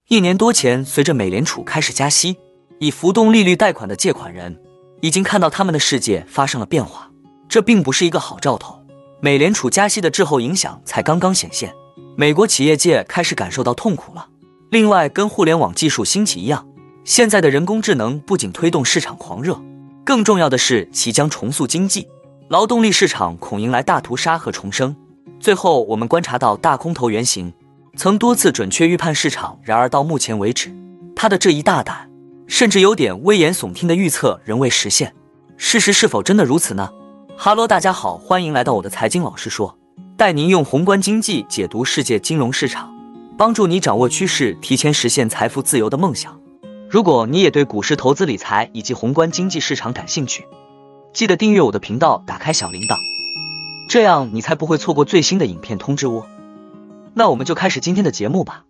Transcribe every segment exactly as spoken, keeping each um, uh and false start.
一年多前，随着美联储开始加息，以浮动利率贷款的借款人已经看到他们的世界发生了变化，这并不是一个好兆头。美联储加息的滞后影响才刚刚显现，美国企业界开始感受到痛苦了。另外，跟互联网技术兴起一样，现在的人工智能不仅推动市场狂热，更重要的是其将重塑经济，劳动力市场恐迎来大屠杀和重生。最后，我们观察到大空头原型曾多次准确预判市场，然而到目前为止，他的这一大胆甚至有点危言耸听的预测仍未实现。事实是否真的如此呢？哈喽，大家好，欢迎来到我的财经老师说，带您用宏观经济解读世界金融市场，帮助你掌握趋势，提前实现财富自由的梦想。如果你也对股市投资理财以及宏观经济市场感兴趣，记得订阅我的频道，打开小铃铛，这样你才不会错过最新的影片通知哦。那我们就开始今天的节目吧。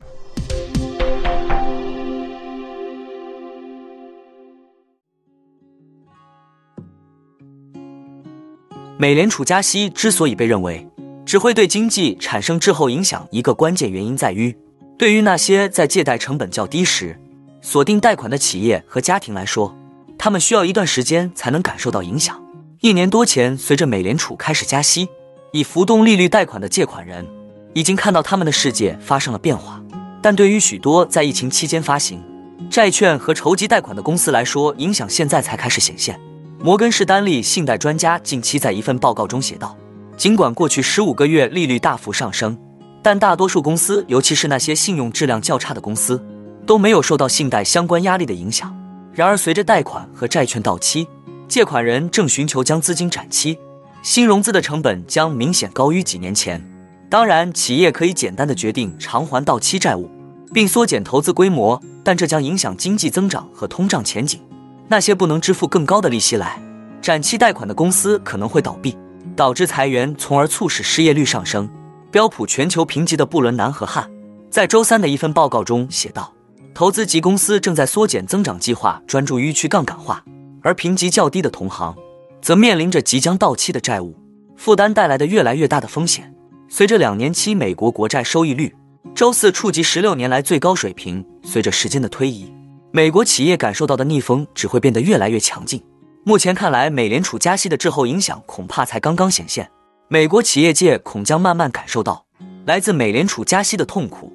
美联储加息之所以被认为只会对经济产生滞后影响，一个关键原因在于，对于那些在借贷成本较低时锁定贷款的企业和家庭来说，他们需要一段时间才能感受到影响。一年多前，随着美联储开始加息，以浮动利率贷款的借款人已经看到他们的世界发生了变化。但对于许多在疫情期间发行债券和筹集贷款的公司来说，影响现在才开始显现。摩根士丹利信贷专家近期在一份报告中写道，尽管过去十五个月利率大幅上升，但大多数公司，尤其是那些信用质量较差的公司，都没有受到信贷相关压力的影响。然而，随着贷款和债券到期，借款人正寻求将资金展期，新融资的成本将明显高于几年前。当然，企业可以简单的决定偿还到期债务，并缩减投资规模，但这将影响经济增长和通胀前景。那些不能支付更高的利息来展期贷款的公司可能会倒闭，导致裁员，从而促使失业率上升。标普全球评级的布伦南和汉在周三的一份报告中写道，投资级公司正在缩减增长计划，专注于去杠杆化，而评级较低的同行则面临着即将到期的债务负担带来的越来越大的风险。随着两年期美国国债收益率周四触及十六年来最高水平，随着时间的推移，美国企业感受到的逆风只会变得越来越强劲。目前看来，美联储加息的滞后影响恐怕才刚刚显现，美国企业界恐将慢慢感受到来自美联储加息的痛苦。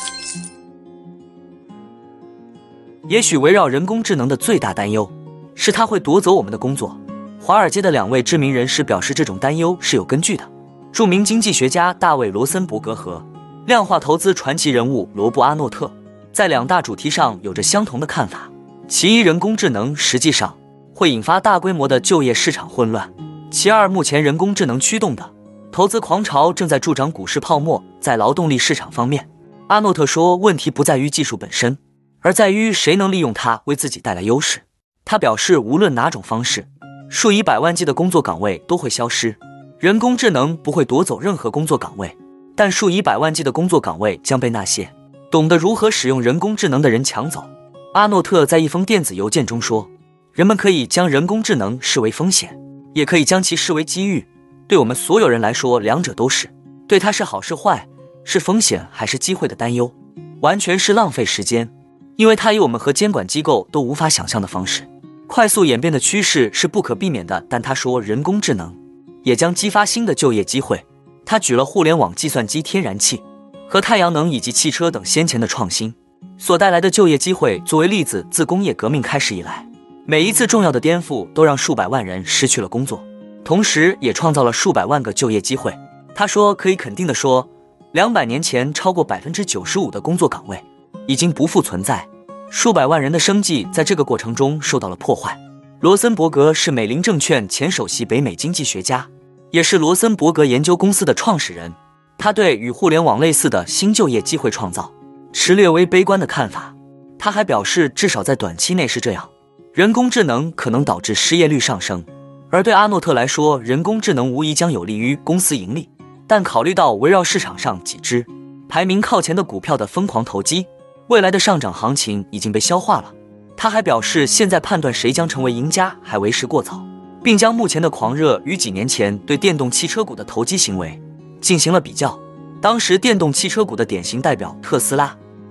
也许围绕人工智能的最大担忧是它会夺走我们的工作。华尔街的两位知名人士表示，这种担忧是有根据的。著名经济学家大卫·罗森伯格和量化投资传奇人物罗布·阿诺特在两大主题上有着相同的看法。其一，人工智能实际上会引发大规模的就业市场混乱。其二，目前人工智能驱动的投资狂潮正在助长股市泡沫。在劳动力市场方面，阿诺特说，问题不在于技术本身，而在于谁能利用它为自己带来优势。他表示，无论哪种方式，数以百万计的工作岗位都会消失。人工智能不会夺走任何工作岗位，但数以百万计的工作岗位将被那些懂得如何使用人工智能的人抢走。阿诺特在一封电子邮件中说，人们可以将人工智能视为风险，也可以将其视为机遇。对我们所有人来说，两者都是。对它是好是坏，是风险还是机会的担忧，完全是浪费时间，因为它以我们和监管机构都无法想象的方式快速演变的趋势是不可避免的。但他说，人工智能也将激发新的就业机会。他举了互联网、计算机、天然气和太阳能以及汽车等先前的创新所带来的就业机会作为例子。自工业革命开始以来，每一次重要的颠覆都让数百万人失去了工作，同时也创造了数百万个就业机会。他说，可以肯定地说，两百年前超过 百分之九十五 的工作岗位已经不复存在，数百万人的生计在这个过程中受到了破坏。罗森伯格是美林证券前首席北美经济学家，也是罗森伯格研究公司的创始人。他对与互联网类似的新就业机会创造持略微悲观的看法。他还表示，至少在短期内是这样，人工智能可能导致失业率上升。而对阿诺特来说，人工智能无疑将有利于公司盈利，但考虑到围绕市场上几只排名靠前的股票的疯狂投机，未来的上涨行情已经被消化了。他还表示，现在判断谁将成为赢家还为时过早，并将目前的狂热与几年前对电动汽车股的投机行为进行了比较。当时电动汽车股的典型代表特斯拉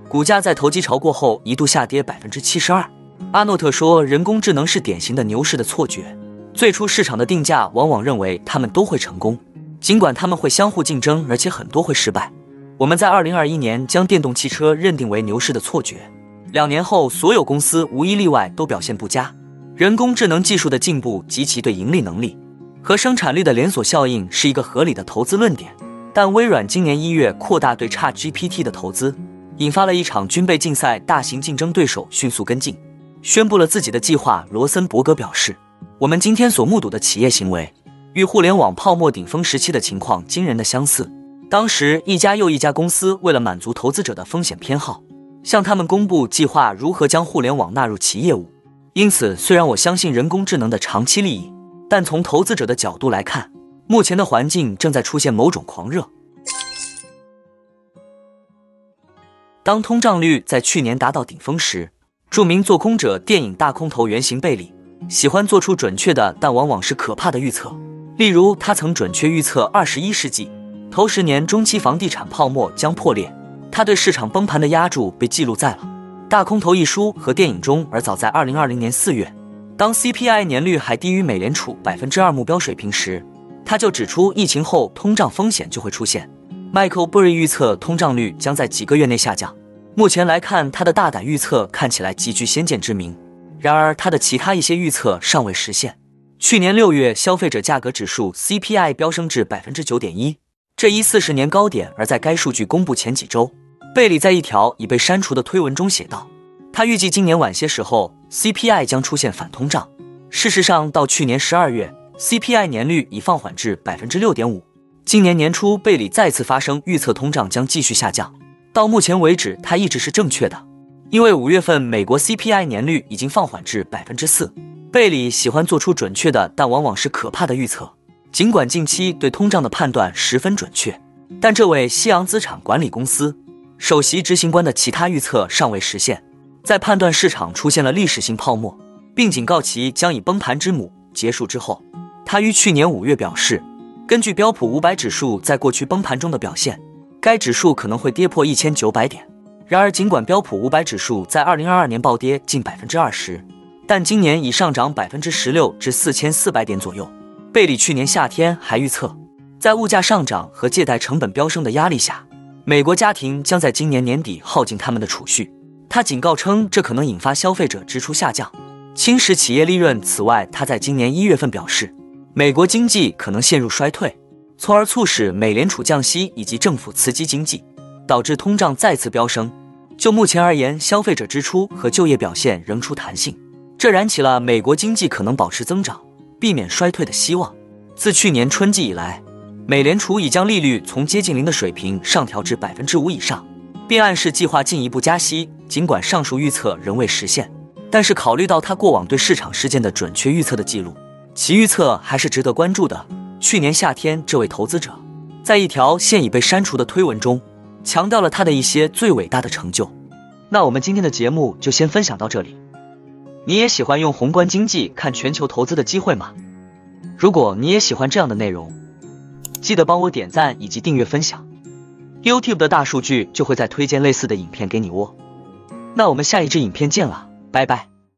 股价在投机潮过后一度下跌 百分之七十二。阿诺特说，人工智能是典型的牛市的错觉，最初市场的定价往往认为他们都会成功，尽管他们会相互竞争，而且很多会失败。我们在二零二一年将电动汽车认定为牛市的错觉，两年后所有公司无一例外都表现不佳。人工智能技术的进步及其对盈利能力和生产率的连锁效应是一个合理的投资论点，但微软今年一月扩大对 ChatGPT 的投资，引发了一场军备竞赛，大型竞争对手迅速跟进，宣布了自己的计划。罗森伯格表示，我们今天所目睹的企业行为与互联网泡沫顶峰时期的情况惊人的相似。当时一家又一家公司为了满足投资者的风险偏好，向他们公布计划如何将互联网纳入其业务。因此，虽然我相信人工智能的长期利益，但从投资者的角度来看，目前的环境正在出现某种狂热。当通胀率在去年达到顶峰时，著名做空者电影大空头原型贝里喜欢做出准确的但往往是可怕的预测。例如，他曾准确预测二十一世纪头十年中期房地产泡沫将破裂，他对市场崩盘的压注被记录在了《大空头》一书和电影中。而早在二零二零年四月，当 C P I 年率还低于美联储 百分之二 目标水平时，他就指出疫情后通胀风险就会出现。Michael Burry 预测通胀率将在几个月内下降。目前来看，他的大胆预测看起来极具先见之明，然而他的其他一些预测尚未实现。去年六月，消费者价格指数 C P I 飙升至 百分之九点一， 这一四十年高点。而在该数据公布前几周，贝里在一条已被删除的推文中写道，他预计今年晚些时候 C P I 将出现反通胀。事实上，到去年十二月 C P I 年率已放缓至 百分之六点五。 今年年初，贝里再次发声预测通胀将继续下降。到目前为止，他一直是正确的，因为五月份美国 C P I 年率已经放缓至 百分之四。 贝里喜欢做出准确的但往往是可怕的预测，尽管近期对通胀的判断十分准确，但这位西洋资产管理公司首席执行官的其他预测尚未实现。在判断市场出现了历史性泡沫，并警告其将以崩盘之母结束之后，他于去年五月表示，根据标普五百指数在过去崩盘中的表现，该指数可能会跌破一千九百点。然而，尽管标普五百指数在二零二二年暴跌近 百分之二十， 但今年已上涨 百分之十六 至四千四百点左右。贝里去年夏天还预测，在物价上涨和借贷成本飙升的压力下，美国家庭将在今年年底耗尽他们的储蓄。他警告称，这可能引发消费者支出下降，侵蚀企业利润。此外，他在今年一月份表示，美国经济可能陷入衰退，从而促使美联储降息以及政府刺激经济，导致通胀再次飙升。就目前而言，消费者支出和就业表现仍出弹性，这燃起了美国经济可能保持增长，避免衰退的希望。自去年春季以来，美联储已将利率从接近零的水平上调至 百分之五 以上，并暗示计划进一步加息。尽管上述预测仍未实现，但是考虑到他过往对市场事件的准确预测的记录，其预测还是值得关注的。去年夏天，这位投资者在一条现已被删除的推文中强调了他的一些最伟大的成就。那我们今天的节目就先分享到这里。你也喜欢用宏观经济看全球投资的机会吗？如果你也喜欢这样的内容，记得帮我点赞以及订阅分享， YouTube 的大数据就会再推荐类似的影片给你哦。那我们下一支影片见了，拜拜。